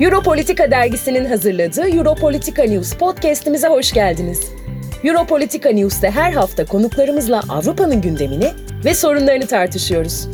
Europolitika dergisinin hazırladığı Europolitika News podcast'imize hoş geldiniz. Europolitika News'te her hafta konuklarımızla Avrupa'nın gündemini ve sorunlarını tartışıyoruz.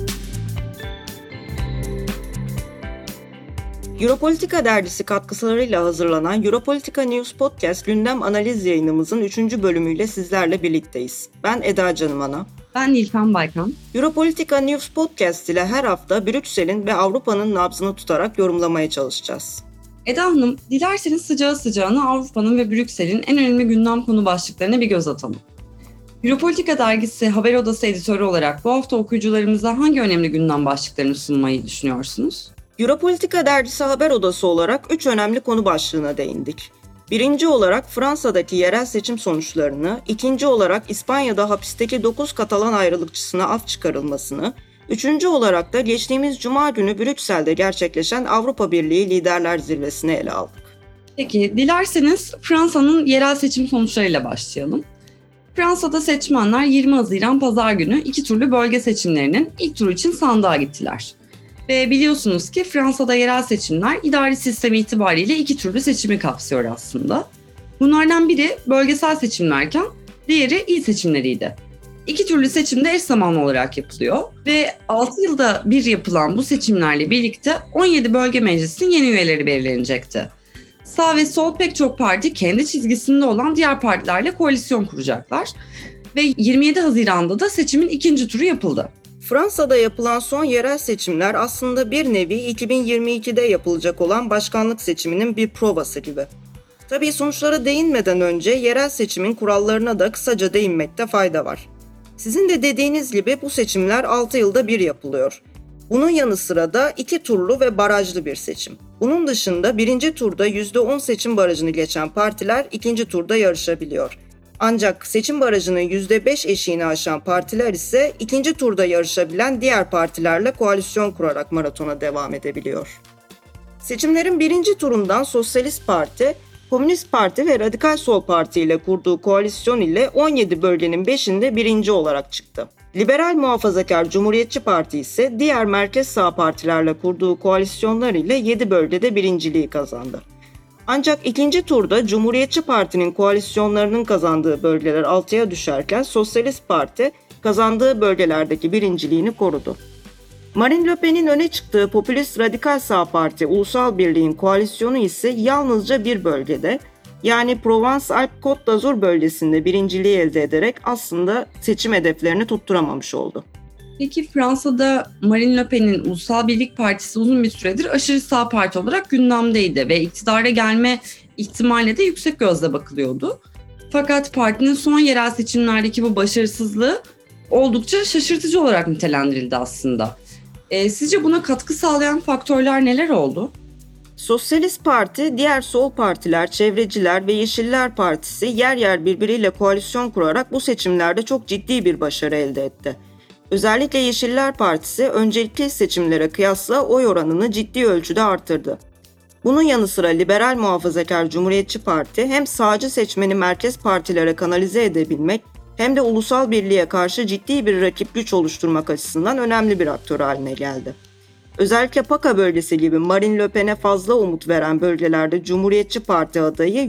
Europolitika dergisi katkılarıyla hazırlanan Europolitika News Podcast gündem analiz yayınımızın 3. bölümüyle sizlerle birlikteyiz. Ben Eda Canımana. Ben Nilkan Baykan. Europolitika News Podcast ile her hafta Brüksel'in ve Avrupa'nın nabzını tutarak yorumlamaya çalışacağız. Eda Hanım, dilerseniz sıcağı sıcağına Avrupa'nın ve Brüksel'in en önemli gündem konu başlıklarına bir göz atalım. Europolitika dergisi Haber Odası editörü olarak bu hafta okuyucularımıza hangi önemli gündem başlıklarını sunmayı düşünüyorsunuz? Europolitika dergisi Haber Odası olarak 3 önemli konu başlığına değindik. Birinci olarak Fransa'daki yerel seçim sonuçlarını, ikinci olarak İspanya'da hapisteki 9 Katalan ayrılıkçısına af çıkarılmasını, üçüncü olarak da geçtiğimiz Cuma günü Brüksel'de gerçekleşen Avrupa Birliği Liderler Zirvesi'ni ele aldık. Peki, dilerseniz Fransa'nın yerel seçim sonuçlarıyla başlayalım. Fransa'da seçmenler 20 Haziran Pazar günü 2 turlu bölge seçimlerinin ilk turu için sandığa gittiler. Ve biliyorsunuz ki Fransa'da yerel seçimler idari sistemi itibariyle 2 türlü seçimi kapsıyor aslında. Bunlardan biri bölgesel seçimlerken diğeri il seçimleriydi. 2 türlü seçim de eş zamanlı olarak yapılıyor ve 6 yılda bir yapılan bu seçimlerle birlikte 17 bölge meclisinin yeni üyeleri belirlenecekti. Sağ ve sol pek çok parti kendi çizgisinde olan diğer partilerle koalisyon kuracaklar ve 27 Haziran'da da seçimin ikinci turu yapıldı. Fransa'da yapılan son yerel seçimler aslında bir nevi 2022'de yapılacak olan başkanlık seçiminin bir provası gibi. Tabii sonuçlara değinmeden önce yerel seçimin kurallarına da kısaca değinmekte fayda var. Sizin de dediğiniz gibi bu seçimler 6 yılda bir yapılıyor. Bunun yanı sıra da 2 turlu ve barajlı bir seçim. Bunun dışında birinci turda %10 seçim barajını geçen partiler ikinci turda yarışabiliyor. Ancak seçim barajının %5 eşiğini aşan partiler ise ikinci turda yarışabilen diğer partilerle koalisyon kurarak maratona devam edebiliyor. Seçimlerin birinci turundan Sosyalist Parti, Komünist Parti ve Radikal Sol Parti ile kurduğu koalisyon ile 17 bölgenin 5'inde birinci olarak çıktı. Liberal Muhafazakar Cumhuriyetçi Parti ise diğer merkez sağ partilerle kurduğu koalisyonlar ile 7 bölgede birinciliği kazandı. Ancak ikinci turda Cumhuriyetçi Parti'nin koalisyonlarının kazandığı bölgeler 6'ya düşerken Sosyalist Parti kazandığı bölgelerdeki birinciliğini korudu. Marine Le Pen'in öne çıktığı popülist Radikal Sağ Parti Ulusal Birliğin koalisyonu ise yalnızca bir bölgede, yani Provence-Alpes-Côte d'Azur bölgesinde birinciliği elde ederek aslında seçim hedeflerini tutturamamış oldu. Peki Fransa'da Marine Le Pen'in Ulusal Birlik Partisi uzun bir süredir aşırı sağ parti olarak gündemdeydi ve iktidara gelme ihtimaline de yüksek gözle bakılıyordu. Fakat partinin son yerel seçimlerdeki bu başarısızlığı oldukça şaşırtıcı olarak nitelendirildi aslında. Sizce buna katkı sağlayan faktörler neler oldu? Sosyalist Parti, diğer sol partiler, çevreciler ve Yeşiller Partisi yer yer birbiriyle koalisyon kurarak bu seçimlerde çok ciddi bir başarı elde etti. Özellikle Yeşiller Partisi öncelikli seçimlere kıyasla oy oranını ciddi ölçüde arttırdı. Bunun yanı sıra Liberal Muhafazakar Cumhuriyetçi Parti hem sağcı seçmeni merkez partilere kanalize edebilmek hem de ulusal birliğe karşı ciddi bir rakip güç oluşturmak açısından önemli bir aktör haline geldi. Özellikle PACA bölgesi gibi Marine Le Pen'e fazla umut veren bölgelerde Cumhuriyetçi Parti adayı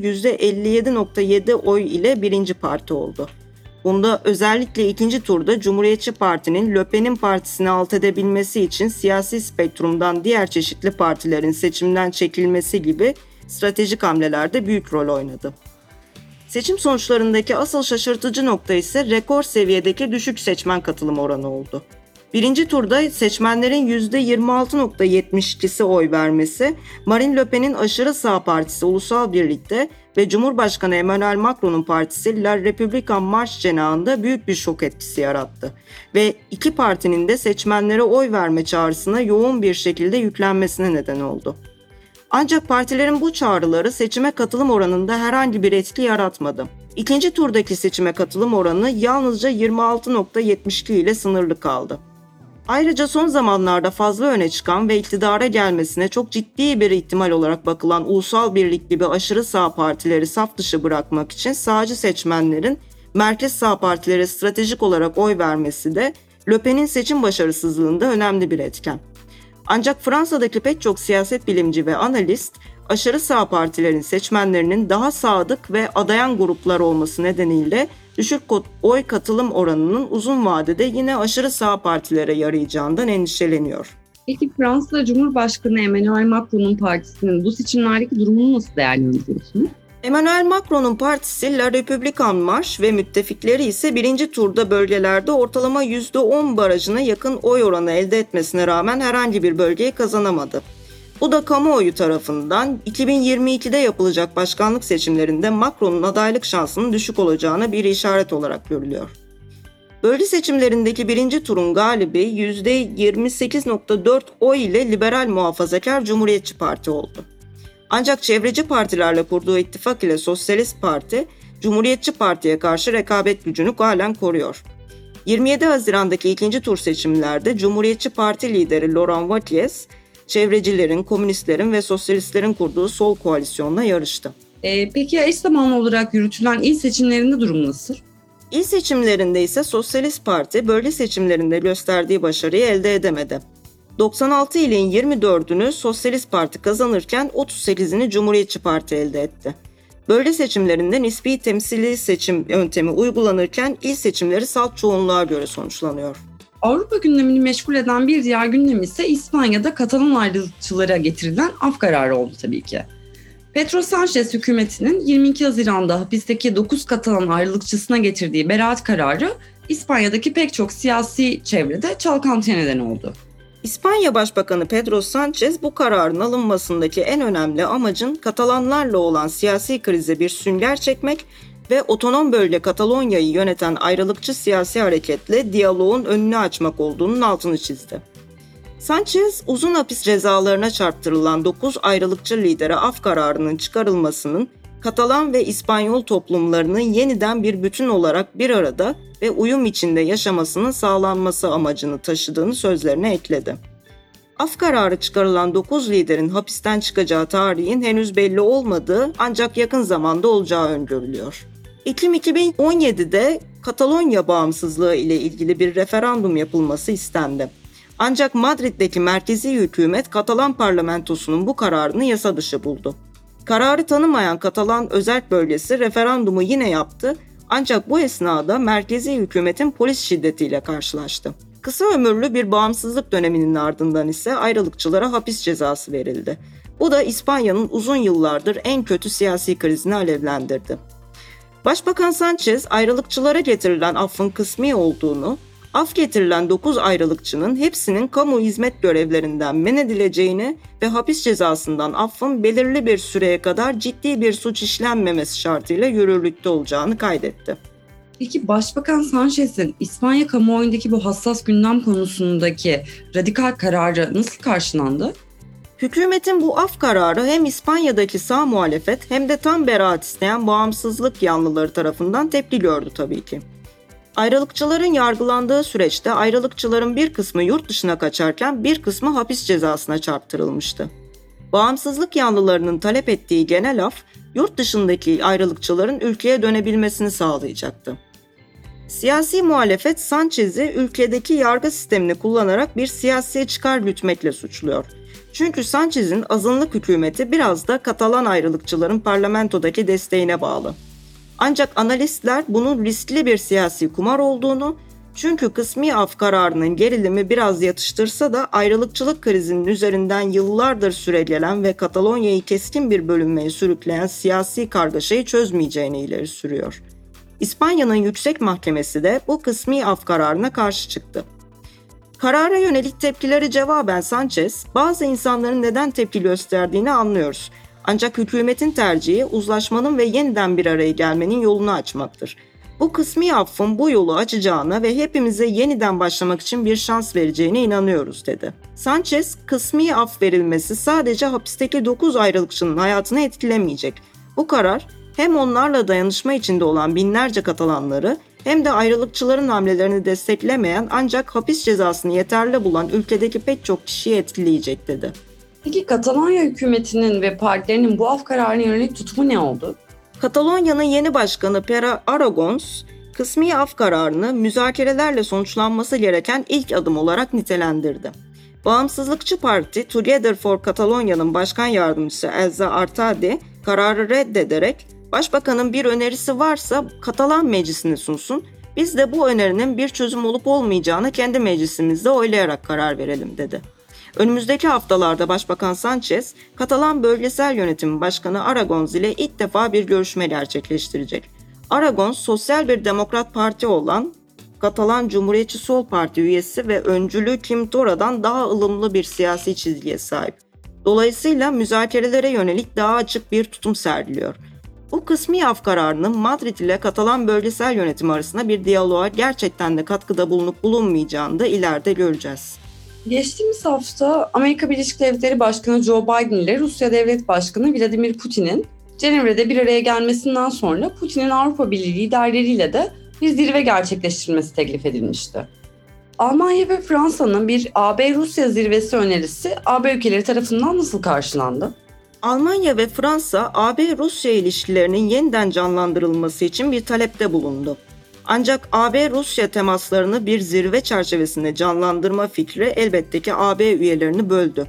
%57.7 oy ile birinci parti oldu. Bunda özellikle ikinci turda Cumhuriyetçi Parti'nin Le Pen'in partisini alt edebilmesi için siyasi spektrumdan diğer çeşitli partilerin seçimden çekilmesi gibi stratejik hamlelerde büyük rol oynadı. Seçim sonuçlarındaki asıl şaşırtıcı nokta ise rekor seviyedeki düşük seçmen katılım oranı oldu. Birinci turda seçmenlerin %26.72'si oy vermesi, Marine Le Pen'in aşırı sağ partisi Ulusal Birlik'te ve Cumhurbaşkanı Emmanuel Macron'un partisi La République En Marche cenahında büyük bir şok etkisi yarattı. Ve iki partinin de seçmenlere oy verme çağrısına yoğun bir şekilde yüklenmesine neden oldu. Ancak partilerin bu çağrıları seçime katılım oranında herhangi bir etki yaratmadı. İkinci turdaki seçime katılım oranı yalnızca 26.72 ile sınırlı kaldı. Ayrıca son zamanlarda fazla öne çıkan ve iktidara gelmesine çok ciddi bir ihtimal olarak bakılan Ulusal Birlik gibi aşırı sağ partileri saf dışı bırakmak için sağcı seçmenlerin merkez sağ partilere stratejik olarak oy vermesi de Le Pen'in seçim başarısızlığında önemli bir etken. Ancak Fransa'daki pek çok siyaset bilimci ve analist, aşırı sağ partilerin seçmenlerinin daha sadık ve adayan gruplar olması nedeniyle düşük oy katılım oranının uzun vadede yine aşırı sağ partilere yarayacağından endişeleniyor. Peki Fransa Cumhurbaşkanı Emmanuel Macron'un partisinin bu seçimlerdeki durumunu nasıl değerlendiriyorsunuz? Emmanuel Macron'un partisi La République En Marche ve müttefikleri ise birinci turda bölgelerde ortalama %10 barajına yakın oy oranı elde etmesine rağmen herhangi bir bölgeyi kazanamadı. Bu da kamuoyu tarafından 2022'de yapılacak başkanlık seçimlerinde Macron'un adaylık şansının düşük olacağına bir işaret olarak görülüyor. Bölge seçimlerindeki birinci turun galibi %28.4 oy ile liberal muhafazakar Cumhuriyetçi Parti oldu. Ancak çevreci partilerle kurduğu ittifak ile Sosyalist Parti, Cumhuriyetçi Parti'ye karşı rekabet gücünü halen koruyor. 27 Haziran'daki ikinci tur seçimlerde Cumhuriyetçi Parti lideri Laurent Wauquiez, çevrecilerin, komünistlerin ve sosyalistlerin kurduğu sol koalisyonla yarıştı. Peki ya eş zamanlı olarak yürütülen il seçimlerinde durum nasıl? İl seçimlerinde ise Sosyalist Parti bölge seçimlerinde gösterdiği başarıyı elde edemedi. 96 ilin 24'ünü Sosyalist Parti kazanırken 38'ini Cumhuriyetçi Parti elde etti. Bölge seçimlerinde nispi temsili seçim yöntemi uygulanırken il seçimleri salt çoğunluğa göre sonuçlanıyor. Avrupa gündemini meşgul eden bir diğer gündem ise İspanya'da Katalan ayrılıkçılara getirilen af kararı oldu tabii ki. Pedro Sánchez hükümetinin 22 Haziran'da hapisteki 9 Katalan ayrılıkçısına getirdiği beraat kararı İspanya'daki pek çok siyasi çevrede çalkantıya neden oldu. İspanya Başbakanı Pedro Sánchez bu kararın alınmasındaki en önemli amacın Katalanlarla olan siyasi krize bir sünger çekmek ve otonom bölge Katalonya'yı yöneten ayrılıkçı siyasi hareketle diyaloğun önünü açmak olduğunun altını çizdi. Sánchez, uzun hapis cezalarına çarptırılan 9 ayrılıkçı lidere af kararının çıkarılmasının Katalan ve İspanyol toplumlarının yeniden bir bütün olarak bir arada ve uyum içinde yaşamasının sağlanması amacını taşıdığını sözlerine ekledi. Af kararı çıkarılan 9 liderin hapisten çıkacağı tarihin henüz belli olmadığı ancak yakın zamanda olacağı öngörülüyor. Ekim 2017'de Katalonya bağımsızlığı ile ilgili bir referandum yapılması istendi. Ancak Madrid'deki merkezi hükümet Katalan parlamentosunun bu kararını yasa dışı buldu. Kararı tanımayan Katalan özerk bölgesi referandumu yine yaptı ancak bu esnada merkezi hükümetin polis şiddetiyle karşılaştı. Kısa ömürlü bir bağımsızlık döneminin ardından ise ayrılıkçılara hapis cezası verildi. Bu da İspanya'nın uzun yıllardır en kötü siyasi krizini alevlendirdi. Başbakan Sánchez ayrılıkçılara getirilen affın kısmi olduğunu, af getirilen 9 ayrılıkçının hepsinin kamu hizmet görevlerinden men edileceğini ve hapis cezasından affın belirli bir süreye kadar ciddi bir suç işlenmemesi şartıyla yürürlükte olacağını kaydetti. Peki Başbakan Sánchez'in İspanya kamuoyundaki bu hassas gündem konusundaki radikal kararı nasıl karşılandı? Hükümetin bu af kararı hem İspanya'daki sağ muhalefet hem de tam beraat isteyen bağımsızlık yanlıları tarafından tepki gördü tabii ki. Ayrılıkçıların yargılandığı süreçte ayrılıkçıların bir kısmı yurt dışına kaçarken bir kısmı hapis cezasına çarptırılmıştı. Bağımsızlık yanlılarının talep ettiği genel af, yurt dışındaki ayrılıkçıların ülkeye dönebilmesini sağlayacaktı. Siyasi muhalefet Sánchez'i ülkedeki yargı sistemini kullanarak bir siyasi çıkar gütmekle suçluyor. Çünkü Sánchez'in azınlık hükümeti biraz da Katalan ayrılıkçıların parlamentodaki desteğine bağlı. Ancak analistler bunun riskli bir siyasi kumar olduğunu, çünkü kısmi af kararının gerilimi biraz yatıştırsa da ayrılıkçılık krizinin üzerinden yıllardır süregelen ve Katalonya'yı keskin bir bölünmeye sürükleyen siyasi kargaşayı çözmeyeceğini ileri sürüyor. İspanya'nın yüksek mahkemesi de bu kısmi af kararına karşı çıktı. Karara yönelik tepkileri cevaben Sánchez, bazı insanların neden tepki gösterdiğini anlıyoruz. Ancak hükümetin tercihi uzlaşmanın ve yeniden bir araya gelmenin yolunu açmaktır. Bu kısmi affın bu yolu açacağına ve hepimize yeniden başlamak için bir şans vereceğine inanıyoruz dedi. Sánchez, kısmi af verilmesi sadece hapisteki 9 ayrılıkçının hayatını etkilemeyecek. Bu karar hem onlarla dayanışma içinde olan binlerce Katalanları hem de ayrılıkçıların hamlelerini desteklemeyen ancak hapis cezasını yeterli bulan ülkedeki pek çok kişiyi etkileyecek dedi. Peki Katalonya hükümetinin ve partilerinin bu af kararına yönelik tutumu ne oldu? Katalonya'nın yeni başkanı Pere Aragonès, kısmi af kararını müzakerelerle sonuçlanması gereken ilk adım olarak nitelendirdi. Bağımsızlıkçı Parti Together for Catalonia'nın başkan yardımcısı Elsa Artadi kararı reddederek başbakanın bir önerisi varsa Katalan meclisine sunsun, biz de bu önerinin bir çözüm olup olmayacağını kendi meclisimizde oylayarak karar verelim dedi. Önümüzdeki haftalarda Başbakan Sánchez, Katalan Bölgesel Yönetimi Başkanı Aragonz ile ilk defa bir görüşme gerçekleştirecek. Aragonz, sosyal bir demokrat parti olan Katalan Cumhuriyetçi Sol Parti üyesi ve öncülü Quim Torra'dan daha ılımlı bir siyasi çizgiye sahip. Dolayısıyla müzakerelere yönelik daha açık bir tutum sergiliyor. Bu kısmi af kararının Madrid ile Katalan Bölgesel Yönetimi arasında bir diyaloğa gerçekten de katkıda bulunup bulunmayacağını da ileride göreceğiz. Geçtiğimiz hafta Amerika Birleşik Devletleri Başkanı Joe Biden ile Rusya Devlet Başkanı Vladimir Putin'in Cenevre'de bir araya gelmesinden sonra Putin'in Avrupa Birliği liderleriyle de bir zirve gerçekleştirilmesi teklif edilmişti. Almanya ve Fransa'nın bir AB-Rusya zirvesi önerisi AB ülkeleri tarafından nasıl karşılandı? Almanya ve Fransa, AB-Rusya ilişkilerinin yeniden canlandırılması için bir talepte bulundu. Ancak AB-Rusya temaslarını bir zirve çerçevesinde canlandırma fikri elbette ki AB üyelerini böldü.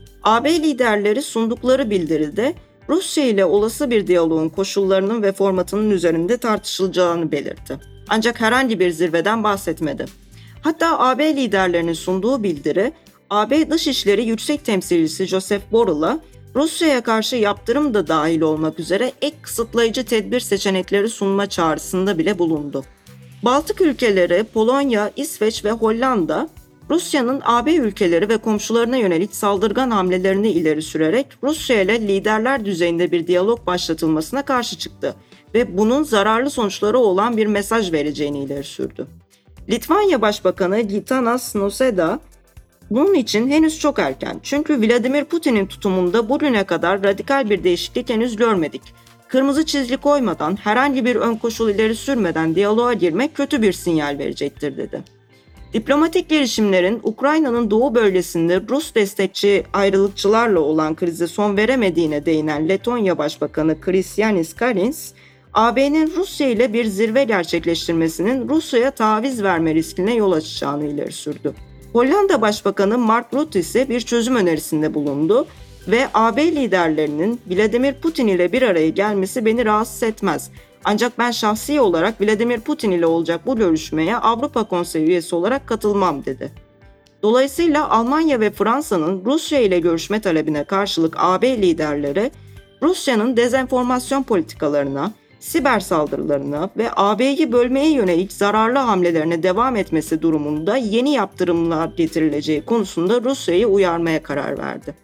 AB liderleri sundukları bildiride Rusya ile olası bir diyaloğun koşullarının ve formatının üzerinde tartışılacağını belirtti. Ancak herhangi bir zirveden bahsetmedi. Hatta AB liderlerinin sunduğu bildiri, AB Dışişleri Yüksek Temsilcisi Joseph Borrell'a Rusya'ya karşı yaptırım da dahil olmak üzere ek kısıtlayıcı tedbir seçenekleri sunma çağrısında bile bulundu. Baltık ülkeleri, Polonya, İsveç ve Hollanda, Rusya'nın AB ülkeleri ve komşularına yönelik saldırgan hamlelerini ileri sürerek Rusya ile liderler düzeyinde bir diyalog başlatılmasına karşı çıktı ve bunun zararlı sonuçları olan bir mesaj vereceğini ileri sürdü. Litvanya Başbakanı Gitanas Nausėda, bunun için henüz çok erken, çünkü Vladimir Putin'in tutumunda bugüne kadar radikal bir değişiklik henüz görmedik. Kırmızı çizgi koymadan, herhangi bir ön koşul ileri sürmeden diyaloğa girmek kötü bir sinyal verecektir dedi. Diplomatik girişimlerin Ukrayna'nın doğu bölgesinde Rus destekçi ayrılıkçılarla olan krize son veremediğine değinen Letonya Başbakanı Krišjānis Kariņš, AB'nin Rusya ile bir zirve gerçekleştirmesinin Rusya'ya taviz verme riskine yol açacağını ileri sürdü. Hollanda Başbakanı Mark Rutte ise bir çözüm önerisinde bulundu ve AB liderlerinin Vladimir Putin ile bir araya gelmesi beni rahatsız etmez. Ancak ben şahsi olarak Vladimir Putin ile olacak bu görüşmeye Avrupa Konseyi üyesi olarak katılmam dedi. Dolayısıyla Almanya ve Fransa'nın Rusya ile görüşme talebine karşılık AB liderleri Rusya'nın dezenformasyon politikalarına, siber saldırılarına ve AB'yi bölmeye yönelik zararlı hamlelerine devam etmesi durumunda yeni yaptırımlar getirileceği konusunda Rusya'yı uyarmaya karar verdi.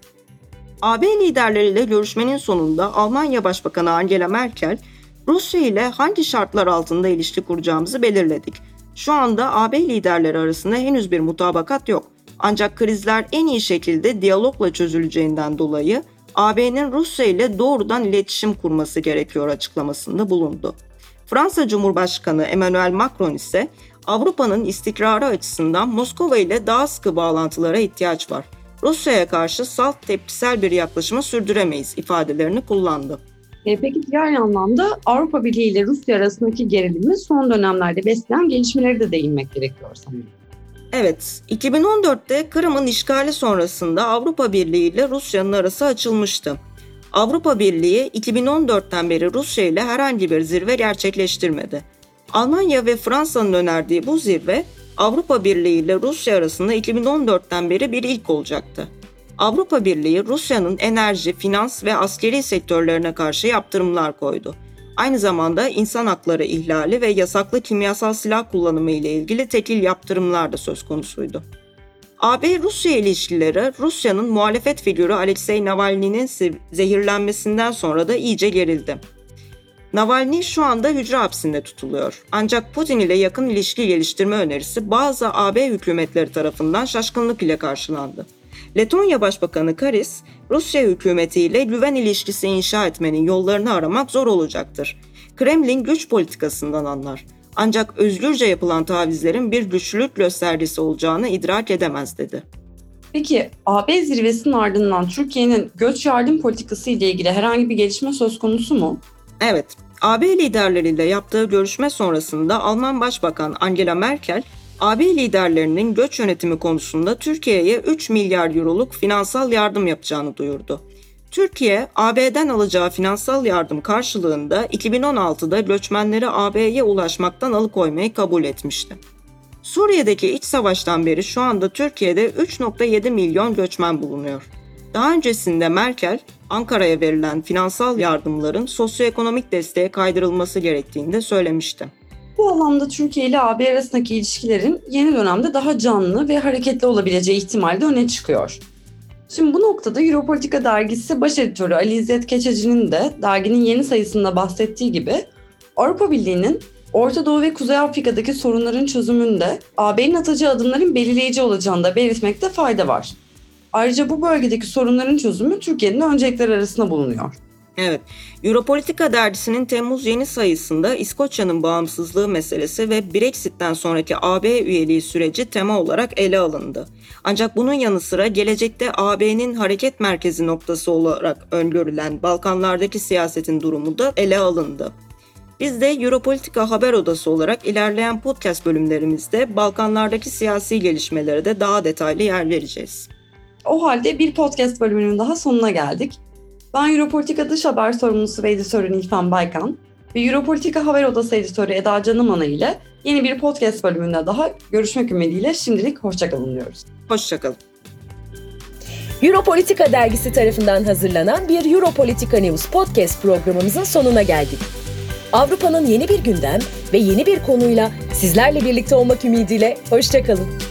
AB liderleriyle görüşmenin sonunda Almanya Başbakanı Angela Merkel, Rusya ile hangi şartlar altında ilişki kuracağımızı belirledik. Şu anda AB liderleri arasında henüz bir mutabakat yok. Ancak krizler en iyi şekilde diyalogla çözüleceğinden dolayı AB'nin Rusya ile doğrudan iletişim kurması gerekiyor açıklamasında bulundu. Fransa Cumhurbaşkanı Emmanuel Macron ise Avrupa'nın istikrarı açısından Moskova ile daha sıkı bağlantılara ihtiyaç var. Rusya'ya karşı salt tepkisel bir yaklaşımı sürdüremeyiz ifadelerini kullandı. Peki diğer yandan da Avrupa Birliği ile Rusya arasındaki gerilimi son dönemlerde besleyen gelişmeleri de değinmek gerekiyor sanırım. Evet, 2014'te Kırım'ın işgali sonrasında Avrupa Birliği ile Rusya'nın arası açılmıştı. Avrupa Birliği 2014'ten beri Rusya ile herhangi bir zirve gerçekleştirmedi. Almanya ve Fransa'nın önerdiği bu zirve Avrupa Birliği ile Rusya arasında 2014'ten beri bir ilk olacaktı. Avrupa Birliği Rusya'nın enerji, finans ve askeri sektörlerine karşı yaptırımlar koydu. Aynı zamanda insan hakları ihlali ve yasaklı kimyasal silah kullanımı ile ilgili tekil yaptırımlar da söz konusuydu. AB-Rusya ilişkileri Rusya'nın muhalefet figürü Alexei Navalny'nin zehirlenmesinden sonra da iyice gerildi. Navalny şu anda hücre hapsinde tutuluyor. Ancak Putin ile yakın ilişki geliştirme önerisi bazı AB hükümetleri tarafından şaşkınlık ile karşılandı. Letonya Başbakanı Kariņš, Rusya hükümetiyle güven ilişkisi inşa etmenin yollarını aramak zor olacaktır. Kremlin güç politikasından anlar. Ancak özgürce yapılan tavizlerin bir güçlülük göstergesi olacağını idrak edemez dedi. Peki AB zirvesinin ardından Türkiye'nin göç yardım politikası ile ilgili herhangi bir gelişme söz konusu mu? Evet, AB liderleriyle yaptığı görüşme sonrasında Alman Başbakan Angela Merkel, AB liderlerinin göç yönetimi konusunda Türkiye'ye 3 milyar euroluk finansal yardım yapacağını duyurdu. Türkiye, AB'den alacağı finansal yardım karşılığında 2016'da göçmenleri AB'ye ulaşmaktan alıkoymayı kabul etmişti. Suriye'deki iç savaştan beri şu anda Türkiye'de 3,7 milyon göçmen bulunuyor. Daha öncesinde Merkel, Ankara'ya verilen finansal yardımların sosyoekonomik desteğe kaydırılması gerektiğini de söylemişti. Bu alanda Türkiye ile AB arasındaki ilişkilerin yeni dönemde daha canlı ve hareketli olabileceği ihtimali de öne çıkıyor. Şimdi bu noktada Europolitika dergisi baş editörü Ali İzzet Keçeci'nin de derginin yeni sayısında bahsettiği gibi Avrupa Birliği'nin Orta Doğu ve Kuzey Afrika'daki sorunların çözümünde AB'nin atacağı adımların belirleyici olacağını da belirtmekte fayda var. Ayrıca bu bölgedeki sorunların çözümü Türkiye'nin öncelikleri arasında bulunuyor. Evet, Europolitika dergisinin Temmuz yeni sayısında İskoçya'nın bağımsızlığı meselesi ve Brexit'ten sonraki AB üyeliği süreci tema olarak ele alındı. Ancak bunun yanı sıra gelecekte AB'nin hareket merkezi noktası olarak öngörülen Balkanlardaki siyasetin durumu da ele alındı. Biz de Europolitika Haber Odası olarak ilerleyen podcast bölümlerimizde Balkanlardaki siyasi gelişmelere de daha detaylı yer vereceğiz. O halde bir podcast bölümünün daha sonuna geldik. Ben Europolitika Dış Haber Sorumlusu ve Editörü Nilfen Baykan ve Europolitika Haber Odası Editörü Eda Canımana ile yeni bir podcast bölümünde daha görüşmek ümidiyle şimdilik hoşçakalın diyoruz. Hoşçakalın. Europolitika dergisi tarafından hazırlanan bir Europolitika News podcast programımızın sonuna geldik. Avrupa'nın yeni bir gündem ve yeni bir konuyla sizlerle birlikte olmak ümidiyle hoşçakalın.